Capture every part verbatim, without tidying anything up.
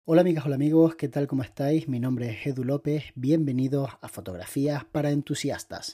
Hola amigas, hola amigos, ¿qué tal? ¿Cómo estáis? Mi nombre es Edu López, bienvenidos a Fotografías para Entusiastas.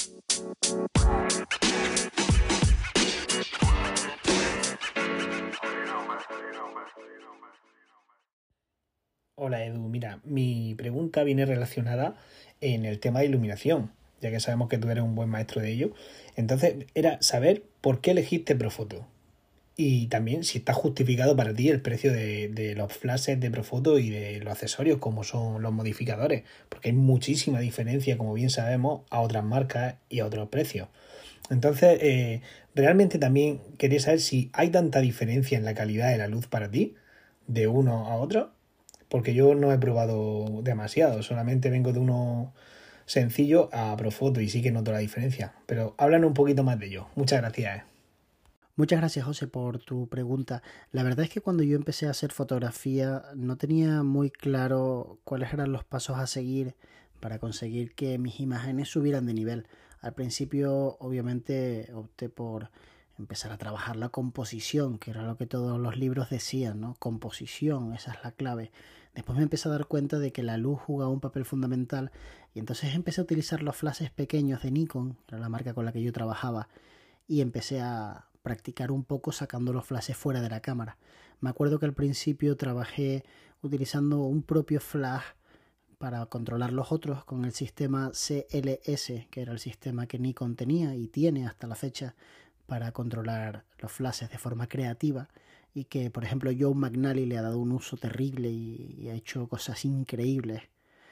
Hola Edu, mira, mi pregunta viene relacionada en el tema de iluminación, ya que sabemos que tú eres un buen maestro de ello. Entonces, era saber por qué elegiste Profoto y también si está justificado para ti el precio de, de los flashes de Profoto y de los accesorios como son los modificadores, porque hay muchísima diferencia, como bien sabemos, a otras marcas y a otros precios. Entonces, eh, realmente también quería saber si hay tanta diferencia en la calidad de la luz para ti, de uno a otro, porque yo no he probado demasiado, solamente vengo de uno sencillo a Profoto y sí que noto la diferencia. Pero háblanos un poquito más de ello. Muchas gracias. eh. Muchas gracias, José, por tu pregunta. La verdad es que cuando yo empecé a hacer fotografía no tenía muy claro cuáles eran los pasos a seguir para conseguir que mis imágenes subieran de nivel. Al principio, obviamente, opté por empezar a trabajar la composición, que era lo que todos los libros decían, ¿no? Composición, esa es la clave. Después me empecé a dar cuenta de que la luz jugaba un papel fundamental y entonces empecé a utilizar los flashes pequeños de Nikon, que era la marca con la que yo trabajaba, y empecé a practicar un poco sacando los flashes fuera de la cámara. Me acuerdo que al principio trabajé utilizando un propio flash para controlar los otros con el sistema C L S, que era el sistema que Nikon tenía y tiene hasta la fecha para controlar los flashes de forma creativa, y que por ejemplo Joe McNally le ha dado un uso terrible y, y ha hecho cosas increíbles.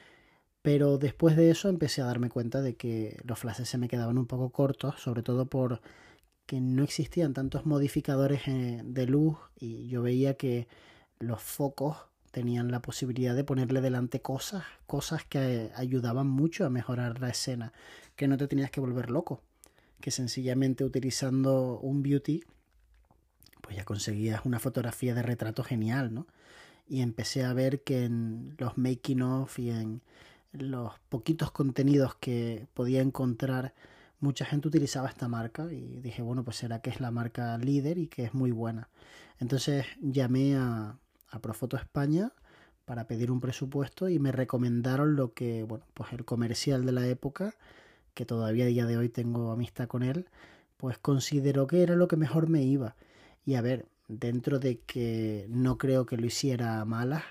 Pero después de eso empecé a darme cuenta de que los flashes se me quedaban un poco cortos, sobre todo por que no existían tantos modificadores eh, de luz, y yo veía que los focos tenían la posibilidad de ponerle delante cosas, cosas que ayudaban mucho a mejorar la escena, que no te tenías que volver loco, que sencillamente utilizando un beauty pues ya conseguías una fotografía de retrato genial, ¿no? Y empecé a ver que en los making of y en los poquitos contenidos que podía encontrar, mucha gente utilizaba esta marca y dije, bueno, pues será que es la marca líder y que es muy buena. Entonces llamé a, a Profoto España para pedir un presupuesto y me recomendaron lo que, bueno, pues el comercial de la época, que todavía a día de hoy tengo amistad con él, pues consideró que era lo que mejor me iba. Y a ver, dentro de que no creo que lo hiciera a malas,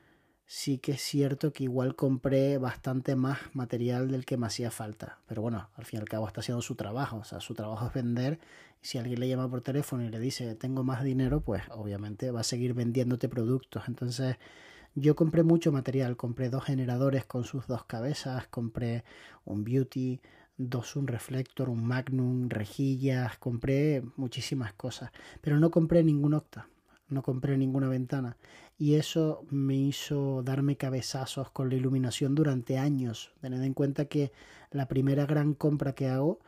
sí que es cierto que igual compré bastante más material del que me hacía falta. Pero bueno, al fin y al cabo está haciendo su trabajo. O sea, su trabajo es vender. Y si alguien le llama por teléfono y le dice tengo más dinero, pues obviamente va a seguir vendiéndote productos. Entonces yo compré mucho material. Compré dos generadores con sus dos cabezas. Compré un beauty, dos un reflector, un magnum, rejillas. Compré muchísimas cosas. Pero no compré ningún octa. No compré ninguna ventana. Y eso me hizo darme cabezazos con la iluminación durante años. Tened en cuenta que la primera gran compra que hago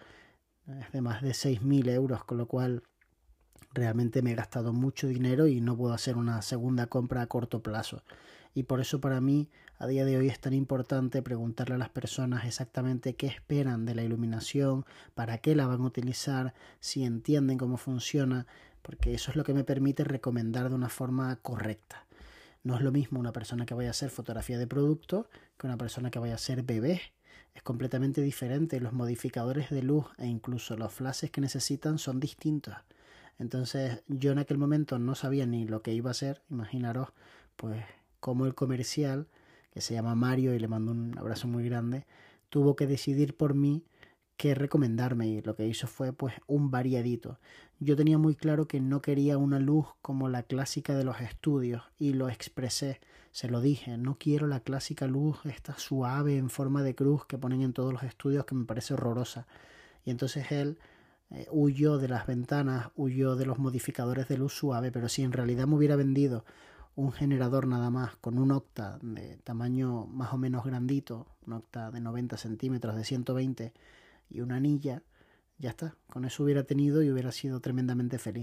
es de más de seis mil euros, con lo cual realmente me he gastado mucho dinero y no puedo hacer una segunda compra a corto plazo. Y por eso para mí a día de hoy es tan importante preguntarle a las personas exactamente qué esperan de la iluminación, para qué la van a utilizar, si entienden cómo funciona, porque eso es lo que me permite recomendar de una forma correcta. No es lo mismo una persona que vaya a hacer fotografía de producto que una persona que vaya a hacer bebé. Es completamente diferente. Los modificadores de luz e incluso los flashes que necesitan son distintos. Entonces yo en aquel momento no sabía ni lo que iba a hacer. Imaginaros pues cómo el comercial, que se llama Mario y le mando un abrazo muy grande, tuvo que decidir por mí qué recomendarme, y lo que hizo fue pues un variadito. Yo tenía muy claro que no quería una luz como la clásica de los estudios y lo expresé, se lo dije, no quiero la clásica luz esta suave en forma de cruz que ponen en todos los estudios, que me parece horrorosa. Y entonces él eh, huyó de las ventanas, huyó de los modificadores de luz suave, pero si en realidad me hubiera vendido un generador nada más con un octa de tamaño más o menos grandito, un octa de noventa centímetros, de ciento veinte, y una anilla, ya está. Con eso hubiera tenido y hubiera sido tremendamente feliz.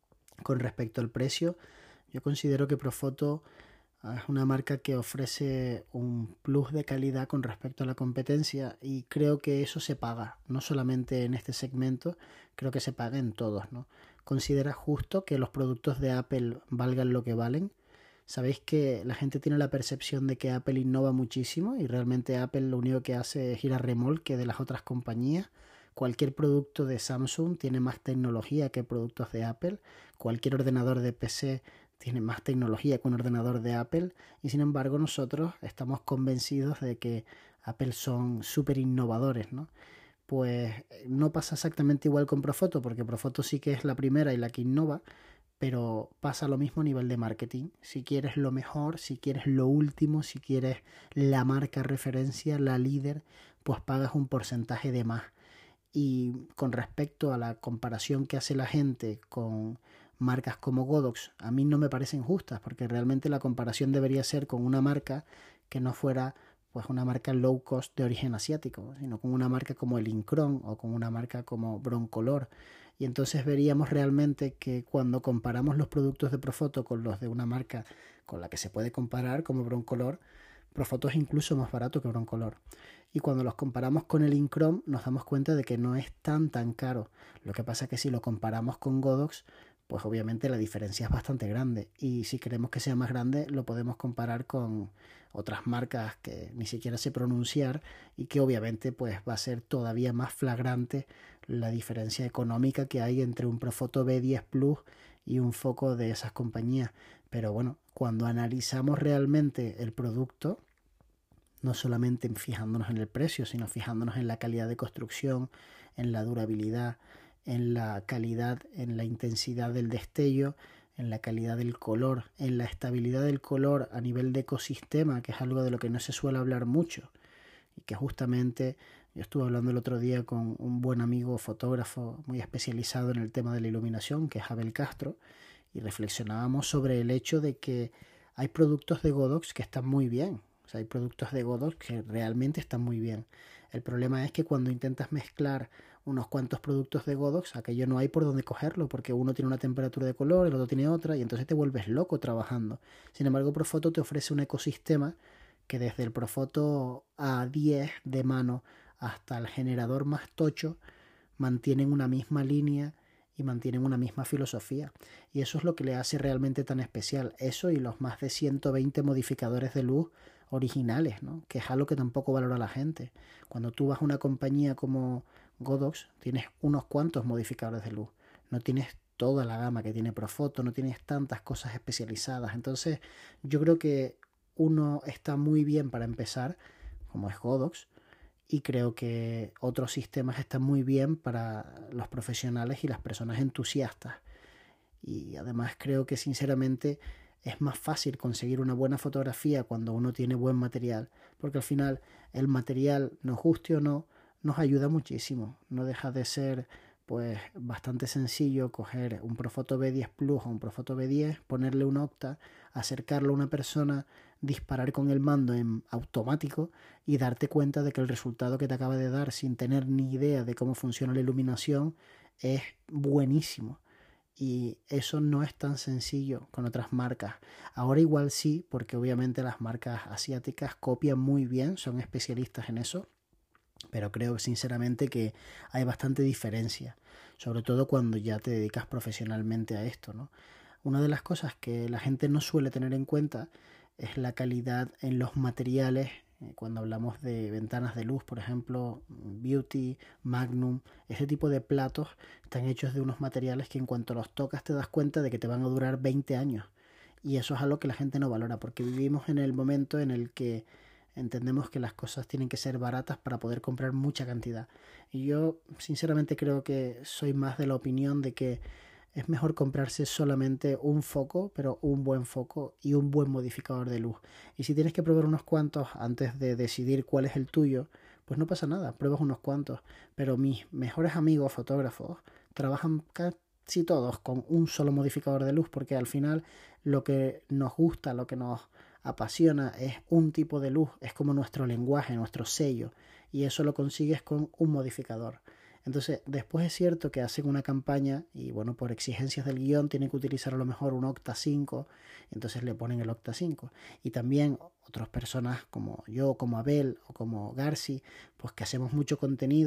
Con respecto al precio, yo considero que Profoto es una marca que ofrece un plus de calidad con respecto a la competencia, y creo que eso se paga, no solamente en este segmento, creo que se paga en todos, ¿no? ¿Considera justo que los productos de Apple valgan lo que valen? Sabéis que la gente tiene la percepción de que Apple innova muchísimo y realmente Apple lo único que hace es ir a remolque de las otras compañías. Cualquier producto de Samsung tiene más tecnología que productos de Apple. Cualquier ordenador de P C tiene más tecnología que un ordenador de Apple. Y sin embargo nosotros estamos convencidos de que Apple son súper innovadores, ¿no? Pues no pasa exactamente igual con Profoto, porque Profoto sí que es la primera y la que innova, pero pasa lo mismo a nivel de marketing. Si quieres lo mejor, si quieres lo último, si quieres la marca referencia, la líder, pues pagas un porcentaje de más. Y con respecto a la comparación que hace la gente con marcas como Godox, a mí no me parecen justas, porque realmente la comparación debería ser con una marca que no fuera pues una marca low cost de origen asiático, sino con una marca como el Incron o con una marca como Broncolor. Y entonces veríamos realmente que cuando comparamos los productos de Profoto con los de una marca con la que se puede comparar, como Broncolor, Profoto es incluso más barato que Broncolor. Y cuando los comparamos con el Incron nos damos cuenta de que no es tan tan caro. Lo que pasa es que si lo comparamos con Godox, pues obviamente la diferencia es bastante grande. Y si queremos que sea más grande, lo podemos comparar con otras marcas que ni siquiera sé pronunciar y que obviamente pues va a ser todavía más flagrante la diferencia económica que hay entre un Profoto B diez Plus y un foco de esas compañías. Pero bueno, cuando analizamos realmente el producto, no solamente fijándonos en el precio, sino fijándonos en la calidad de construcción, en la durabilidad, en la calidad, en la intensidad del destello, en la calidad del color, en la estabilidad del color a nivel de ecosistema, que es algo de lo que no se suele hablar mucho y que justamente yo estuve hablando el otro día con un buen amigo fotógrafo muy especializado en el tema de la iluminación, que es Abel Castro, y reflexionábamos sobre el hecho de que hay productos de Godox que están muy bien. O sea, hay productos de Godox que realmente están muy bien. El problema es que cuando intentas mezclar unos cuantos productos de Godox, aquello no hay por dónde cogerlo, porque uno tiene una temperatura de color, el otro tiene otra, y entonces te vuelves loco trabajando. Sin embargo, Profoto te ofrece un ecosistema que desde el Profoto A diez de mano hasta el generador más tocho mantienen una misma línea y mantienen una misma filosofía. Y eso es lo que le hace realmente tan especial. Eso y los más de ciento veinte modificadores de luz originales, ¿no? Que es algo que tampoco valora la gente. Cuando tú vas a una compañía como Godox, tienes unos cuantos modificadores de luz. No tienes toda la gama que tiene Profoto, no tienes tantas cosas especializadas. Entonces, yo creo que uno está muy bien para empezar, como es Godox, y creo que otros sistemas están muy bien para los profesionales y las personas entusiastas. Y además creo que sinceramente es más fácil conseguir una buena fotografía cuando uno tiene buen material, porque al final el material, nos guste o no, nos ayuda muchísimo. No deja de ser pues bastante sencillo coger un Profoto B diez Plus o un Profoto B diez, ponerle un octa, acercarlo a una persona, disparar con el mando en automático y darte cuenta de que el resultado que te acaba de dar sin tener ni idea de cómo funciona la iluminación es buenísimo. Y eso no es tan sencillo con otras marcas. Ahora igual sí, porque obviamente las marcas asiáticas copian muy bien, son especialistas en eso, pero creo sinceramente que hay bastante diferencia, sobre todo cuando ya te dedicas profesionalmente a esto, ¿no? Una de las cosas que la gente no suele tener en cuenta es la calidad en los materiales. Cuando hablamos de ventanas de luz, por ejemplo, Beauty, Magnum, ese tipo de platos están hechos de unos materiales que en cuanto los tocas te das cuenta de que te van a durar veinte años. Y eso es algo que la gente no valora, porque vivimos en el momento en el que entendemos que las cosas tienen que ser baratas para poder comprar mucha cantidad. Y yo sinceramente creo que soy más de la opinión de que es mejor comprarse solamente un foco, pero un buen foco y un buen modificador de luz. Y si tienes que probar unos cuantos antes de decidir cuál es el tuyo, pues no pasa nada, pruebas unos cuantos. Pero mis mejores amigos fotógrafos trabajan casi todos con un solo modificador de luz, porque al final lo que nos gusta, lo que nos apasiona es un tipo de luz, es como nuestro lenguaje, nuestro sello, y eso lo consigues con un modificador. Entonces, después es cierto que hacen una campaña y, bueno, por exigencias del guión tienen que utilizar a lo mejor un octa cinco, entonces le ponen el octa cinco. Y también otras personas como yo, como Abel o como Garci, pues que hacemos mucho contenido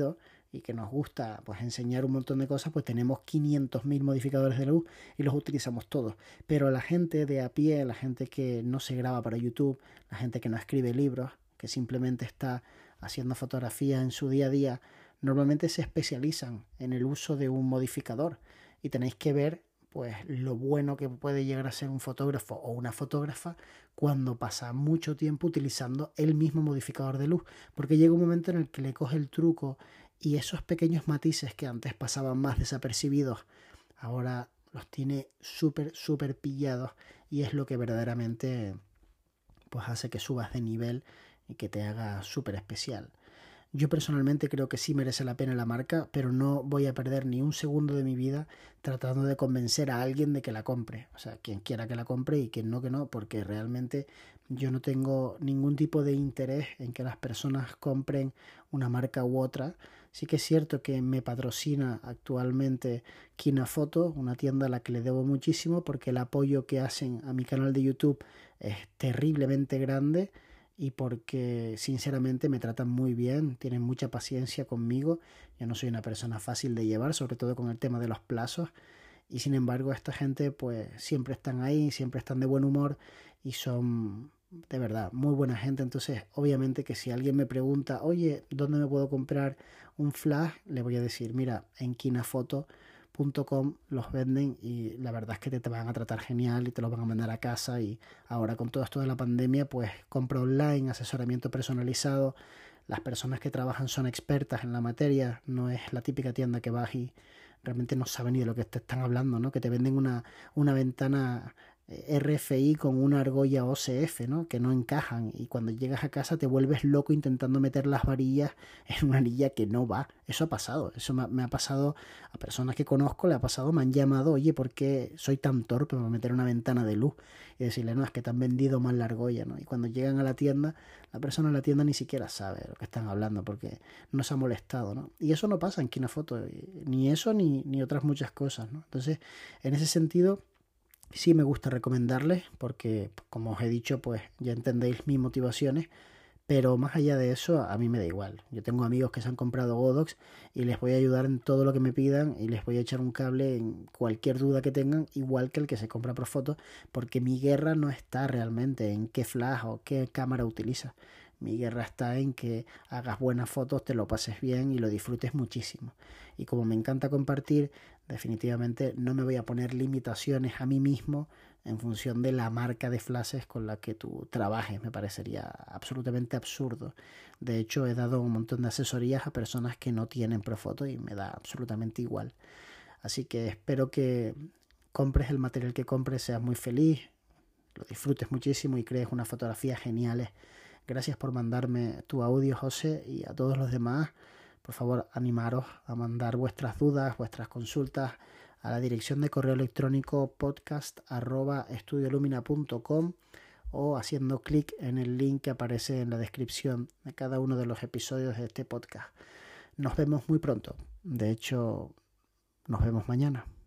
y que nos gusta pues enseñar un montón de cosas, pues tenemos quinientos mil modificadores de luz y los utilizamos todos. Pero la gente de a pie, la gente que no se graba para YouTube, la gente que no escribe libros, que simplemente está haciendo fotografía en su día a día, normalmente se especializan en el uso de un modificador y tenéis que ver pues lo bueno que puede llegar a ser un fotógrafo o una fotógrafa cuando pasa mucho tiempo utilizando el mismo modificador de luz, porque llega un momento en el que le coge el truco y esos pequeños matices que antes pasaban más desapercibidos, ahora los tiene súper, súper pillados y es lo que verdaderamente pues hace que subas de nivel y que te haga súper especial. Yo personalmente creo que sí merece la pena la marca, pero no voy a perder ni un segundo de mi vida tratando de convencer a alguien de que la compre. O sea, quien quiera que la compre y quien no, que no, porque realmente yo no tengo ningún tipo de interés en que las personas compren una marca u otra. Sí que es cierto que me patrocina actualmente Kinafoto, una tienda a la que le debo muchísimo porque el apoyo que hacen a mi canal de YouTube es terriblemente grande y porque sinceramente me tratan muy bien, tienen mucha paciencia conmigo. Yo no soy una persona fácil de llevar, sobre todo con el tema de los plazos, y sin embargo esta gente pues siempre están ahí, siempre están de buen humor y son de verdad muy buena gente. Entonces obviamente que si alguien me pregunta, oye, ¿dónde me puedo comprar un flash? Le voy a decir, mira, en Kinafoto punto com los venden y la verdad es que te, te van a tratar genial y te los van a mandar a casa. Y ahora con todo esto de la pandemia pues compra online, asesoramiento personalizado, las personas que trabajan son expertas en la materia, no es la típica tienda que vas y realmente no saben ni de lo que te están hablando, ¿no? Que te venden una, una ventana R F I con una argolla O C F, ¿no? Que no encajan y cuando llegas a casa te vuelves loco intentando meter las varillas en una anilla que no va. Eso ha pasado, eso me ha, me ha pasado a personas que conozco, le ha pasado, me han llamado, oye, ¿por qué soy tan torpe para meter una ventana de luz? Y decirle, no, es que te han vendido mal la argolla, ¿no? Y cuando llegan a la tienda, la persona en la tienda ni siquiera sabe de lo que están hablando porque no se ha molestado, ¿no? Y eso no pasa en Kinafoto, ni eso ni, ni otras muchas cosas, ¿no? Entonces, en ese sentido, sí me gusta recomendarles porque, como os he dicho, pues ya entendéis mis motivaciones, pero más allá de eso, a mí me da igual. Yo tengo amigos que se han comprado Godox y les voy a ayudar en todo lo que me pidan y les voy a echar un cable en cualquier duda que tengan, igual que el que se compra Profoto, porque mi guerra no está realmente en qué flash o qué cámara utilizas. Mi guerra está en que hagas buenas fotos, te lo pases bien y lo disfrutes muchísimo. Y como me encanta compartir, definitivamente no me voy a poner limitaciones a mí mismo en función de la marca de flashes con la que tú trabajes. Me parecería absolutamente absurdo. De hecho, he dado un montón de asesorías a personas que no tienen Profoto y me da absolutamente igual. Así que espero que compres el material que compres, seas muy feliz, lo disfrutes muchísimo y crees unas fotografías geniales. Gracias por mandarme tu audio, José, y a todos los demás. Por favor, animaros a mandar vuestras dudas, vuestras consultas a la dirección de correo electrónico podcast arroba estudiolumina punto com o haciendo clic en el link que aparece en la descripción de cada uno de los episodios de este podcast. Nos vemos muy pronto. De hecho, nos vemos mañana.